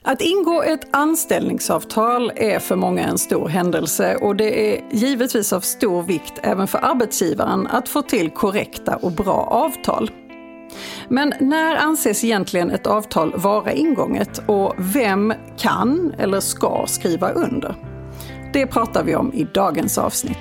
Att ingå ett anställningsavtal är för många en stor händelse och det är givetvis av stor vikt även för arbetsgivaren att få till korrekta och bra avtal. Men när anses egentligen ett avtal vara ingånget och vem kan eller ska skriva under? Det pratar vi om i dagens avsnitt.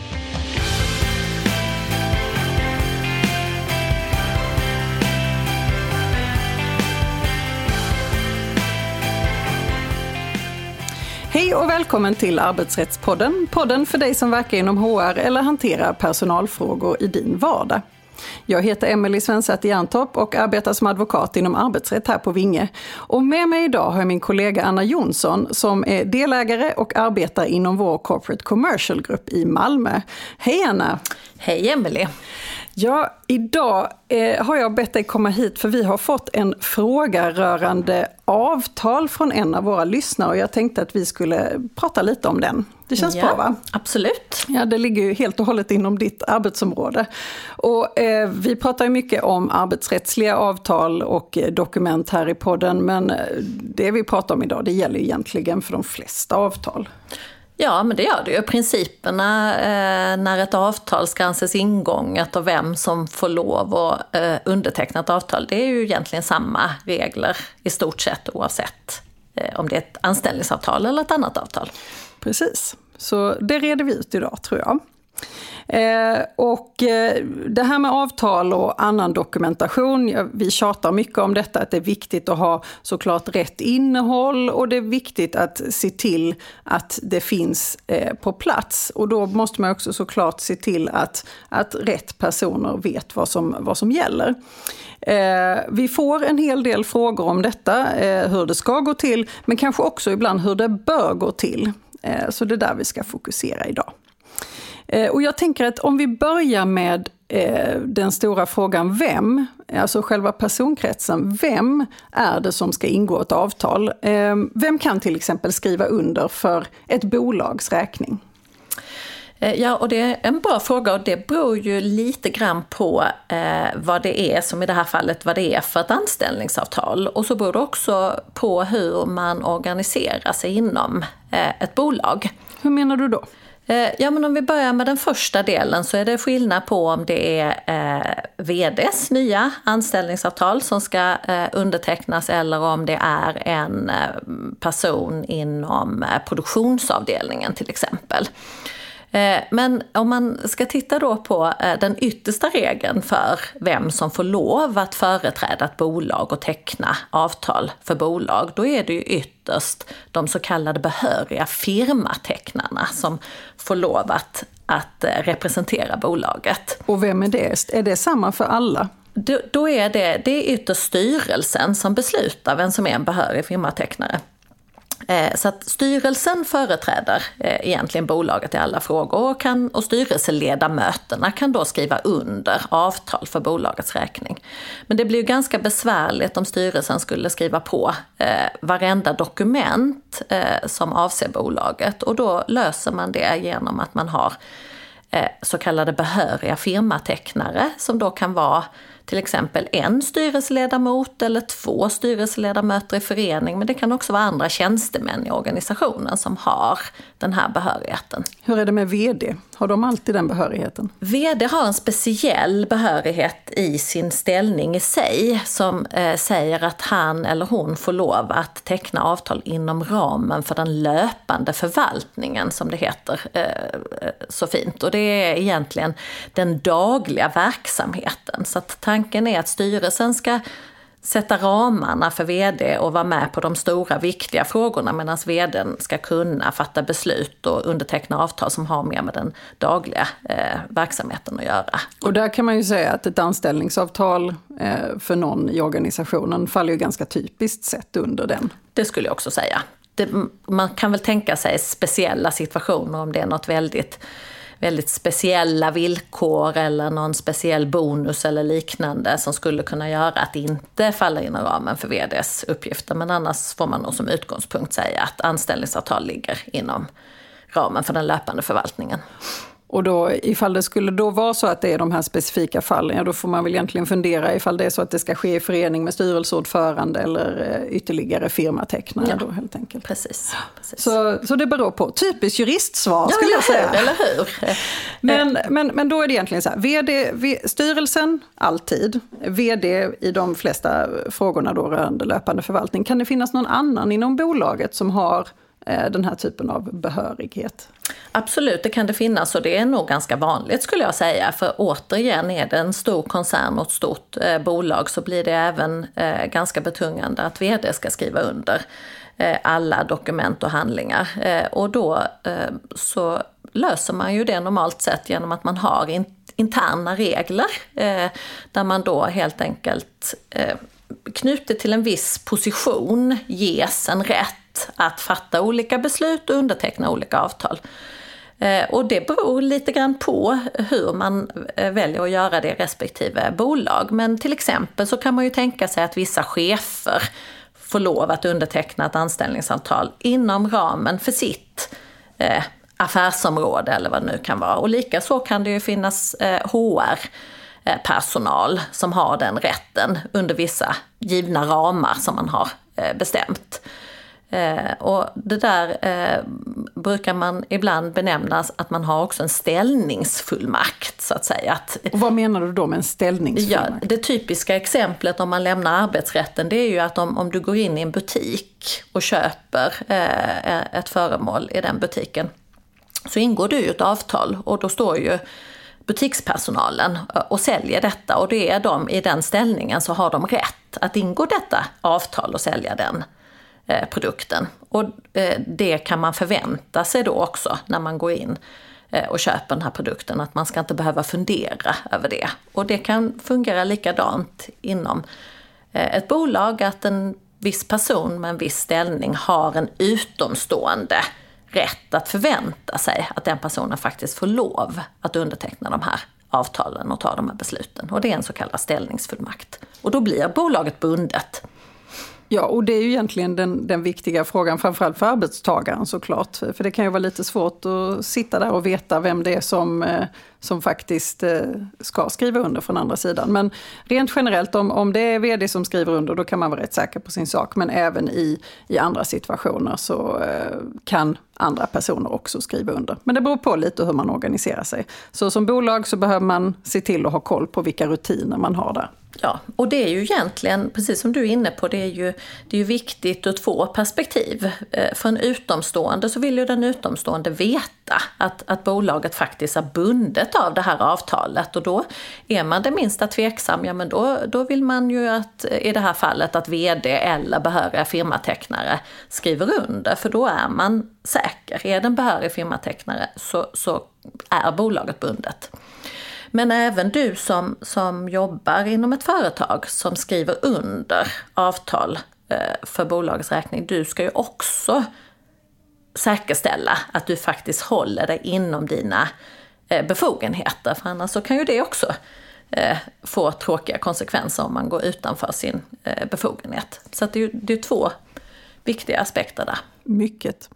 Hej och välkommen till Arbetsrättspodden, podden för dig som verkar inom HR eller hanterar personalfrågor i din vardag. Jag heter Emelie Svensäter Jerntorp och arbetar som advokat inom arbetsrätt här på Vinge. Och med mig idag har jag min kollega Anna Jonsson som är delägare och arbetar inom vår Corporate Commercial-grupp i Malmö. Hej Anna! Hej Emelie! Ja, idag har jag bett dig komma hit för vi har fått en fråga rörande avtal från en av våra lyssnare och jag tänkte att vi skulle prata lite om den. Det känns bra va? Absolut. Ja, det ligger ju helt och hållet inom ditt arbetsområde. Och vi pratar ju mycket om arbetsrättsliga avtal och dokument här i podden men det vi pratar om idag det gäller egentligen för de flesta avtal. Ja, men det gör det ju. Principerna när ett avtal ska anses ingånget och vem som får lov att underteckna ett avtal, det är ju egentligen samma regler i stort sett oavsett om det är ett anställningsavtal eller ett annat avtal. Precis, så det reder vi ut idag tror jag. Det här med avtal och annan dokumentation, vi tjatar mycket om detta att det är viktigt att ha såklart rätt innehåll och det är viktigt att se till att det finns på plats och då måste man också såklart se till att rätt personer vet vad som gäller. Vi får en hel del frågor om detta, hur det ska gå till men kanske också ibland hur det bör gå till. Så det är där vi ska fokusera idag. Och jag tänker att om vi börjar med den stora frågan vem, alltså själva personkretsen, vem är det som ska ingå ett avtal? Vem kan till exempel skriva under för ett bolags räkning? Ja, och det är en bra fråga och det beror ju lite grann på vad det är, som i det här fallet, vad det är för ett anställningsavtal. Och så beror det också på hur man organiserar sig inom ett bolag. Hur menar du då? Ja, men om vi börjar med den första delen så är det skillnad på om det är vd:s nya anställningsavtal som ska undertecknas eller om det är en person inom produktionsavdelningen till exempel. Men om man ska titta då på den yttersta regeln för vem som får lov att företräda ett bolag och teckna avtal för bolag, då är det ju ytterst de så kallade behöriga firmatecknarna som får lov att representera bolaget. Och vem är det? Är det samma för alla? Då är det är ytterst styrelsen som beslutar vem som är en behörig firmatecknare. Så att styrelsen företräder egentligen bolaget i alla frågor och styrelseledamöterna kan då skriva under avtal för bolagets räkning. Men det blir ju ganska besvärligt om styrelsen skulle skriva på varenda dokument som avser bolaget och då löser man det genom att man har så kallade behöriga firmatecknare som då kan vara till exempel en styrelseledamot eller 2 styrelseledamöter i förening, men det kan också vara andra tjänstemän i organisationen som har den här behörigheten. Hur är det med vd? Har de alltid den behörigheten? Vd har en speciell behörighet i sin ställning i sig som säger att han eller hon får lov att teckna avtal inom ramen för den löpande förvaltningen som det heter så fint. Och det är egentligen den dagliga verksamheten. Så att tanken är att styrelsen ska sätta ramarna för vd och vara med på de stora viktiga frågorna medan vdn ska kunna fatta beslut och underteckna avtal som har mer med den dagliga verksamheten att göra. Och där kan man ju säga att ett anställningsavtal för någon i organisationen faller ju ganska typiskt sett under den. Det skulle jag också säga. Man kan väl tänka sig speciella situationer om det är något väldigt speciella villkor eller någon speciell bonus eller liknande som skulle kunna göra att det inte faller inom ramen för vd:s uppgifter. Men annars får man nog som utgångspunkt säga att anställningsavtal ligger inom ramen för den löpande förvaltningen. Och då, ifall det skulle då vara så att det är de här specifika fallen, ja, då får man väl egentligen fundera ifall det är så att det ska ske i förening med styrelseordförande eller ytterligare firmatecknare då helt enkelt. Precis. Så det beror på. Typiskt juristsvar skulle jag säga. Eller hur? Men då är det egentligen så här, styrelsen alltid, vd i de flesta frågorna då rörande löpande förvaltning. Kan det finnas någon annan inom bolaget som har den här typen av behörighet? Absolut, det kan det finnas och det är nog ganska vanligt skulle jag säga. För återigen är det en stor koncern och ett stort bolag så blir det även ganska betungande att vd ska skriva under alla dokument och handlingar. Och då så löser man ju det normalt sett genom att man har interna regler där man då helt enkelt knutet till en viss position ges en rätt att fatta olika beslut och underteckna olika avtal. Och det beror lite grann på hur man väljer att göra det i respektive bolag. Men till exempel så kan man ju tänka sig att vissa chefer får lov att underteckna ett anställningsavtal inom ramen för sitt affärsområde eller vad det nu kan vara. Och likaså kan det ju finnas HR-personal som har den rätten under vissa givna ramar som man har bestämt. Och det där brukar man ibland benämnas att man har också en ställningsfullmakt så att säga. Och vad menar du då med en ställningsfullmakt? Ja, det typiska exemplet om man lämnar arbetsrätten det är ju att om du går in i en butik och köper ett föremål i den butiken så ingår du ju ett avtal och då står ju butikspersonalen och säljer detta och det är de i den ställningen så har de rätt att ingå detta avtal och sälja den produkten. Och det kan man förvänta sig då också när man går in och köper den här produkten att man ska inte behöva fundera över det. Och det kan fungera likadant inom ett bolag att en viss person med en viss ställning har en utomstående rätt att förvänta sig att den personen faktiskt får lov att underteckna de här avtalen och ta de här besluten. Och det är en så kallad ställningsfullmakt. Och då blir bolaget bundet. Ja, och det är ju egentligen den viktiga frågan, framförallt för arbetstagaren såklart. För det kan ju vara lite svårt att sitta där och veta vem det är som faktiskt ska skriva under från andra sidan. Men rent generellt, om det är vd som skriver under, då kan man vara rätt säker på sin sak. Men även i andra situationer så kan andra personer också skriva under. Men det beror på lite hur man organiserar sig. Så som bolag så behöver man se till att ha koll på vilka rutiner man har där. Ja, och det är ju egentligen, precis som du är inne på, det är ju viktigt ur två perspektiv. För en utomstående så vill ju den utomstående veta att bolaget faktiskt är bundet av det här avtalet. Och då är man det minsta tveksam, ja men då vill man ju att, i det här fallet, att vd eller behöriga firmatecknare skriver under. För då är man säker. Är den behörig firmatecknare så är bolaget bundet. Men även du som jobbar inom ett företag som skriver under avtal för bolagets räkning, du ska ju också säkerställa att du faktiskt håller dig inom dina befogenheter. För annars så kan ju det också få tråkiga konsekvenser om man går utanför sin befogenhet. Så att det är två viktiga aspekter där. Mycket.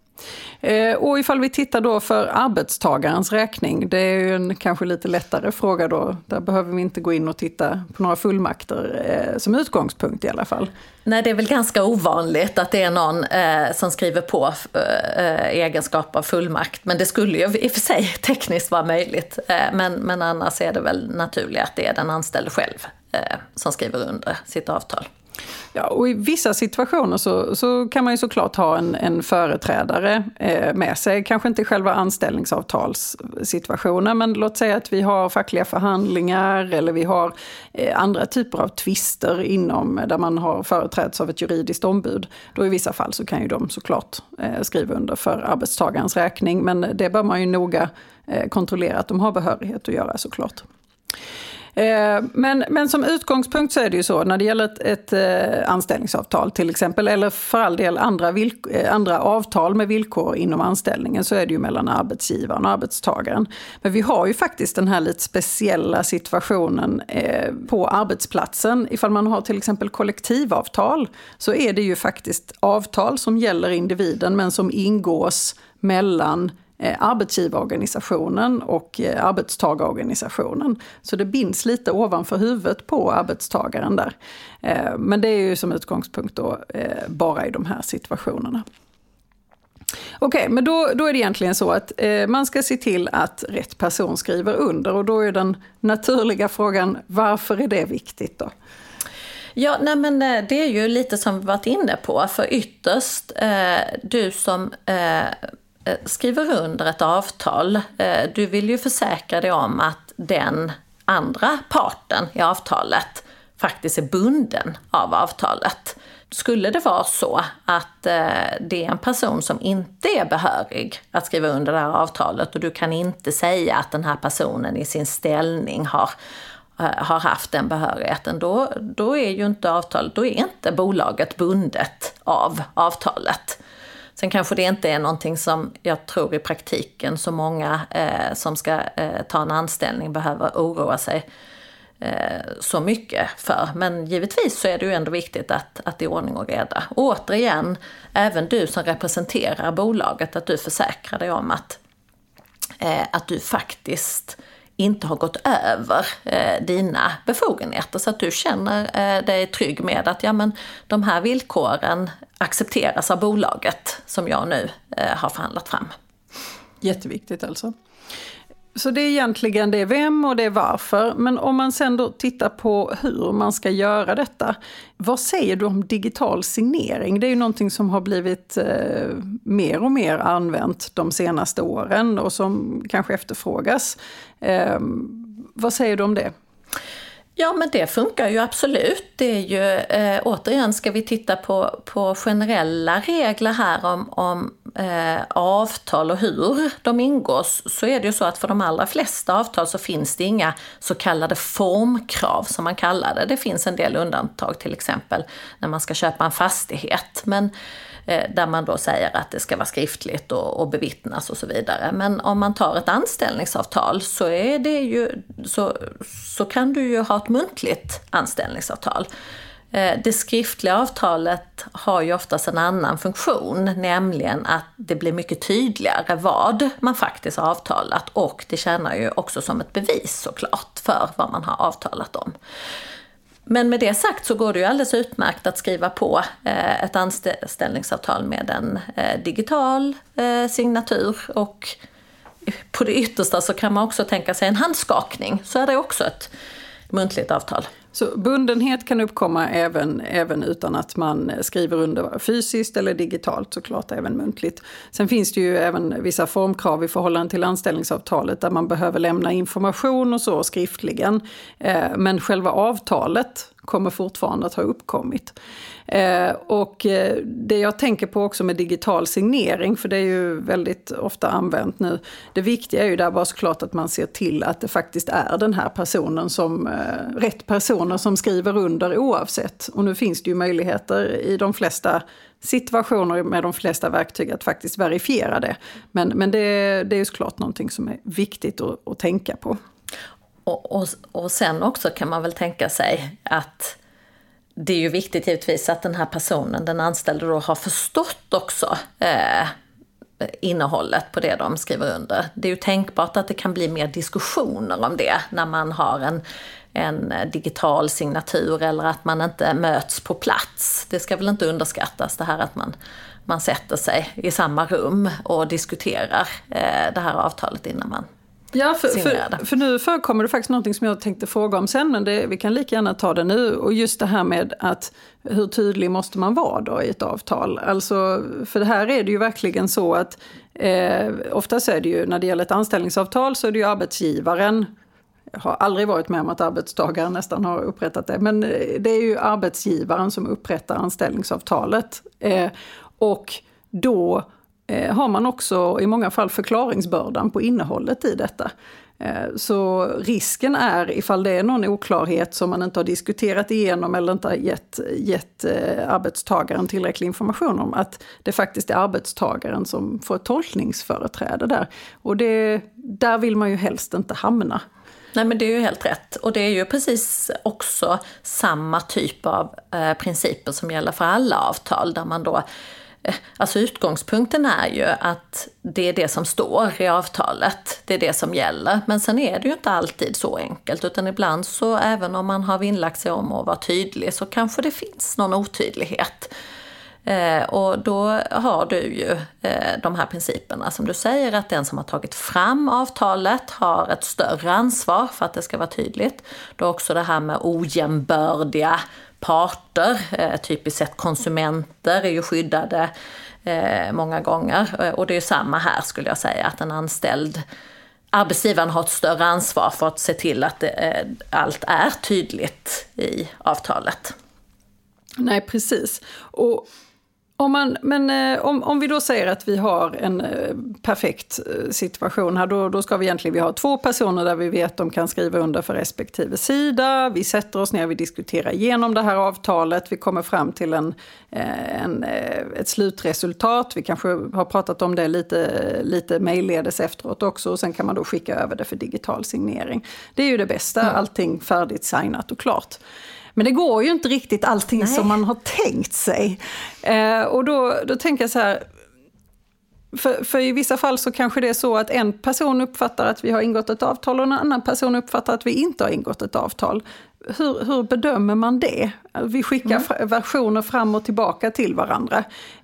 Och ifall vi tittar då för arbetstagarens räkning, det är ju en kanske lite lättare fråga då. Där behöver vi inte gå in och titta på några fullmakter som utgångspunkt i alla fall. Nej, det är väl ganska ovanligt att det är någon som skriver på egenskap av fullmakt. Men det skulle ju i och för sig tekniskt vara möjligt. Men annars är det väl naturligt att det är den anställde själv som skriver under sitt avtal. Ja, och i vissa situationer så kan man ju såklart ha en företrädare med sig. Kanske inte i själva anställningsavtalssituationen, men låt säga att vi har fackliga förhandlingar eller vi har andra typer av tvister inom där man har företräds av ett juridiskt ombud. Då i vissa fall så kan ju de såklart skriva under för arbetstagarens räkning, men det bör man ju noga kontrollera att de har behörighet att göra såklart. Men som utgångspunkt så är det ju så när det gäller ett anställningsavtal till exempel, eller för all del andra avtal med villkor inom anställningen, så är det ju mellan arbetsgivaren och arbetstagaren. Men vi har ju faktiskt den här lite speciella situationen på arbetsplatsen. Ifall man har till exempel kollektivavtal så är det ju faktiskt avtal som gäller individen men som ingås mellan arbetsgivarorganisationen och arbetstagarorganisationen. Så det binds lite ovanför huvudet på arbetstagaren där. Men det är ju som utgångspunkt då bara i de här situationerna. Okej, men då är det egentligen så att man ska se till att rätt person skriver under, och då är den naturliga frågan, varför är det viktigt då? Ja, nej men det är ju lite som vi varit inne på, för ytterst du som skriver under ett avtal, du vill ju försäkra dig om att den andra parten i avtalet faktiskt är bunden av avtalet. Skulle det vara så att det är en person som inte är behörig att skriva under det här avtalet, och du kan inte säga att den här personen i sin ställning har haft den behörigheten, då är ju inte då är inte bolaget bundet av avtalet. Sen kanske det inte är någonting som jag tror i praktiken så många som ska ta en anställning behöver oroa sig så mycket för. Men givetvis så är det ju ändå viktigt att det är ordning och reda. Och återigen, även du som representerar bolaget, att du försäkrar dig om att du faktiskt inte har gått över dina befogenheter, så att du känner dig trygg med att de här villkoren accepteras av bolaget som jag nu har förhandlat fram. Jätteviktigt alltså. Så det är egentligen det vem och det är varför. Men om man sen då tittar på hur man ska göra detta. Vad säger du om digital signering? Det är ju någonting som har blivit mer och mer använt de senaste åren och som kanske efterfrågas. Vad säger du om det? Ja, men det funkar ju absolut. Det är ju, återigen ska vi titta på generella regler här om avtal och hur de ingås, så är det ju så att för de allra flesta avtal så finns det inga så kallade formkrav som man kallar det. Det finns en del undantag, till exempel när man ska köpa en fastighet, men där man då säger att det ska vara skriftligt och bevittnas och så vidare. Men om man tar ett anställningsavtal så är det ju så kan du ju ha ett muntligt anställningsavtal. Det skriftliga avtalet har ju oftast en annan funktion, nämligen att det blir mycket tydligare vad man faktiskt har avtalat, och det tjänar ju också som ett bevis såklart för vad man har avtalat om. Men med det sagt så går det ju alldeles utmärkt att skriva på ett anställningsavtal med en digital signatur, och på det yttersta så kan man också tänka sig en handskakning, så är det också ett muntligt avtal. Så bundenhet kan uppkomma även utan att man skriver under fysiskt eller digitalt, såklart även muntligt. Sen finns det ju även vissa formkrav i förhållande till anställningsavtalet där man behöver lämna information och så skriftligen. Men själva avtalet kommer fortfarande att ha uppkommit. Och det jag tänker på också med digital signering, för det är ju väldigt ofta använt nu, det viktiga är ju där bara såklart att man ser till att det faktiskt är den här personen som, rätt personer som skriver under oavsett. Och nu finns det ju möjligheter i de flesta situationer med de flesta verktyg att faktiskt verifiera det. Men det är ju såklart någonting som är viktigt att tänka på. Och sen också kan man väl tänka sig att det är ju viktigt givetvis att den här personen, den anställde då, har förstått också innehållet på det de skriver under. Det är ju tänkbart att det kan bli mer diskussioner om det när man har en digital signatur eller att man inte möts på plats. Det ska väl inte underskattas, det här att man sätter sig i samma rum och diskuterar det här avtalet innan man. Ja, för nu förekommer det faktiskt någonting som jag tänkte fråga om sen, men vi kan lika gärna ta det nu. Och just det här med att hur tydlig måste man vara då i ett avtal? Alltså, för det här är det ju verkligen så att oftast är det ju, när det gäller ett anställningsavtal så är det ju arbetsgivaren. Jag har aldrig varit med om att arbetstagaren nästan har upprättat det, men det är ju arbetsgivaren som upprättar anställningsavtalet. Och då har man också i många fall förklaringsbördan på innehållet i detta. Så risken är, ifall det är någon oklarhet som man inte har diskuterat igenom eller inte har gett arbetstagaren tillräcklig information om, att det faktiskt är arbetstagaren som får ett tolkningsföreträde där. Och där vill man ju helst inte hamna. Nej, men det är ju helt rätt. Och det är ju precis också samma typ av principer som gäller för alla avtal, där man då Alltså utgångspunkten är ju att det är det som står i avtalet, det är det som gäller. Men sen är det ju inte alltid så enkelt, utan ibland så även om man har vinnlagt sig om att vara tydlig så kanske det finns någon otydlighet. Och då har du ju de här principerna som du säger, att den som har tagit fram avtalet har ett större ansvar för att det ska vara tydligt. Då också det här med ojämbördiga parter, typiskt sett konsumenter är ju skyddade många gånger. Och det är ju samma här skulle jag säga, att en arbetsgivaren har ett större ansvar för att se till att allt är tydligt i avtalet. Nej, precis. Och om vi då säger att vi har en perfekt situation här, då ska vi ha 2 personer där vi vet de kan skriva under för respektive sida. Vi sätter oss ner, vi diskuterar igenom det här avtalet, vi kommer fram till ett slutresultat. Vi kanske har pratat om det lite mejlledes efteråt också, och sen kan man då skicka över det för digital signering. Det är ju det bästa, allting färdigt, signat och klart. Men det går ju inte riktigt allting som man har tänkt sig. Och då tänker jag så här, för i vissa fall så kanske det är så att en person uppfattar att vi har ingått ett avtal och en annan person uppfattar att vi inte har ingått ett avtal. Hur bedömer man det? Vi skickar versioner fram och tillbaka till varandra.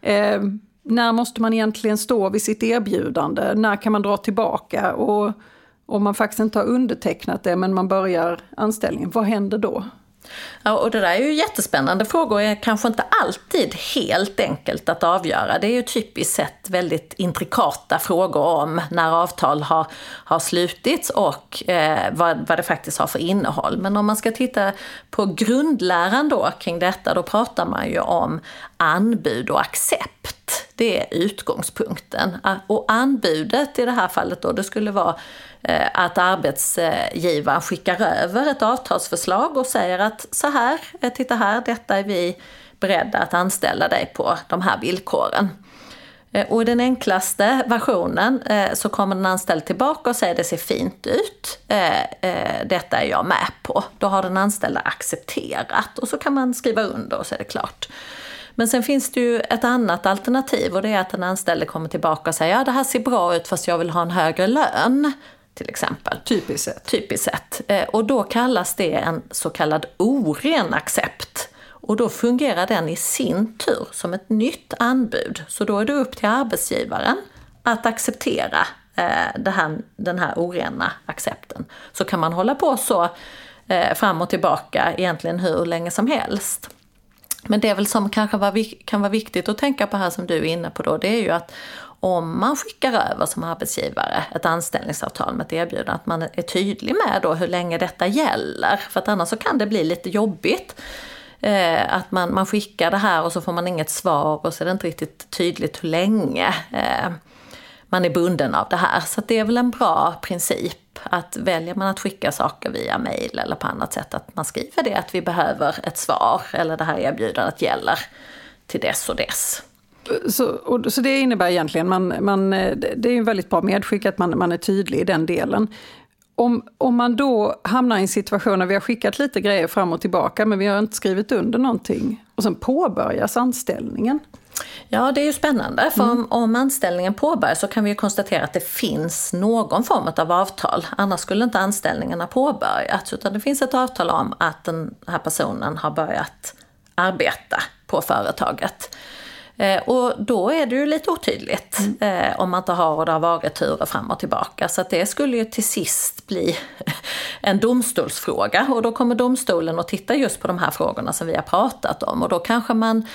När måste man egentligen stå vid sitt erbjudande? När kan man dra tillbaka? Och om man faktiskt inte har undertecknat det men man börjar anställningen, vad händer då? Ja, och det där är ju jättespännande frågor, är kanske inte alltid helt enkelt att avgöra. Det är ju typiskt sett väldigt intrikata frågor om när avtal har slutits och vad det faktiskt har för innehåll. Men om man ska titta på grundläran då kring detta, då pratar man ju om anbud och accept. Det är utgångspunkten. Och anbudet i det här fallet då, det skulle vara att arbetsgivaren skickar över ett avtalsförslag och säger att så här, titta här, detta är vi beredda att anställa dig på de här villkoren. Och i den enklaste versionen så kommer den anställde tillbaka och säger det ser fint ut, detta är jag med på. Då har den anställda accepterat och så kan man skriva under och så är det klart. Men sen finns det ju ett annat alternativ, och det är att den anställde kommer tillbaka och säger ja, det här ser bra ut fast jag vill ha en högre lön. Till exempel. Typiskt sett. Och då kallas det en så kallad oren accept. Och då fungerar den i sin tur som ett nytt anbud. Så då är det upp till arbetsgivaren att acceptera den här orena accepten. Så kan man hålla på så fram och tillbaka egentligen hur länge som helst. Men det är väl som kanske kan vara viktigt att tänka på här som du är inne på då, det är ju att om man skickar över som arbetsgivare ett anställningsavtal med ett erbjudande, att man är tydlig med då hur länge detta gäller. För att annars så kan det bli lite jobbigt att man skickar det här och så får man inget svar och så är det inte riktigt tydligt hur länge man är bunden av det här. Så det är väl en bra princip att väljer man att skicka saker via mejl eller på annat sätt, att man skriver det att vi behöver ett svar eller det här erbjudandet gäller till dess och dess. Så det innebär egentligen, det är ju väldigt bra medskick att man är tydlig i den delen. Om man då hamnar i en situation där vi har skickat lite grejer fram och tillbaka men vi har inte skrivit under någonting och sen påbörjas anställningen. Ja, det är ju spännande, för om anställningen påbörjas så kan vi ju konstatera att det finns någon form av avtal. Annars skulle inte anställningen ha påbörjats, utan det finns ett avtal om att den här personen har börjat arbeta på företaget. Och då är det ju lite otydligt om man inte har, och det har varit turer fram och tillbaka. Så att det skulle ju till sist bli en domstolsfråga, och då kommer domstolen att titta just på de här frågorna som vi har pratat om. Och då kanske man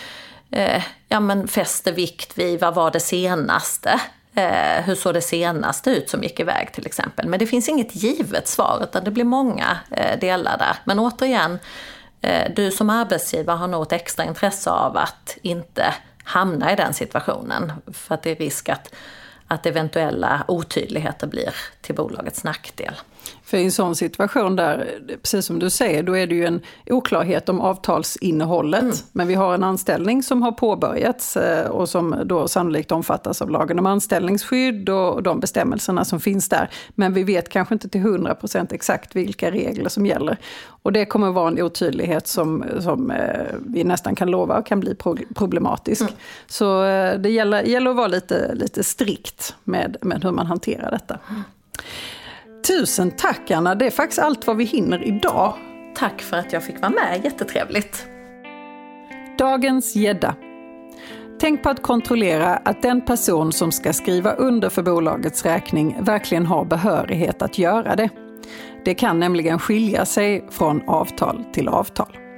fäster vikt vid vad var det senaste, hur såg det senaste ut som gick iväg till exempel. Men det finns inget givet svar, utan det blir många delar där. Men återigen, du som arbetsgivare har nog ett extra intresse av att inte hamna i den situationen, för att det är risk att eventuella otydligheter blir till bolagets nackdel. För i en sån situation där, precis som du säger, då är det ju en oklarhet om avtalsinnehållet. Men vi har en anställning som har påbörjats och som då sannolikt omfattas av lagen om anställningsskydd och de bestämmelserna som finns där. Men vi vet kanske inte till 100% exakt vilka regler som gäller. Och det kommer vara en otydlighet som vi nästan kan lova kan bli problematisk. Så det gäller att vara lite strikt med hur man hanterar detta. Tusen tack Anna, det är faktiskt allt vad vi hinner idag. Tack för att jag fick vara med, jättetrevligt. Dagens gädda. Tänk på att kontrollera att den person som ska skriva under för bolagets räkning verkligen har behörighet att göra det. Det kan nämligen skilja sig från avtal till avtal.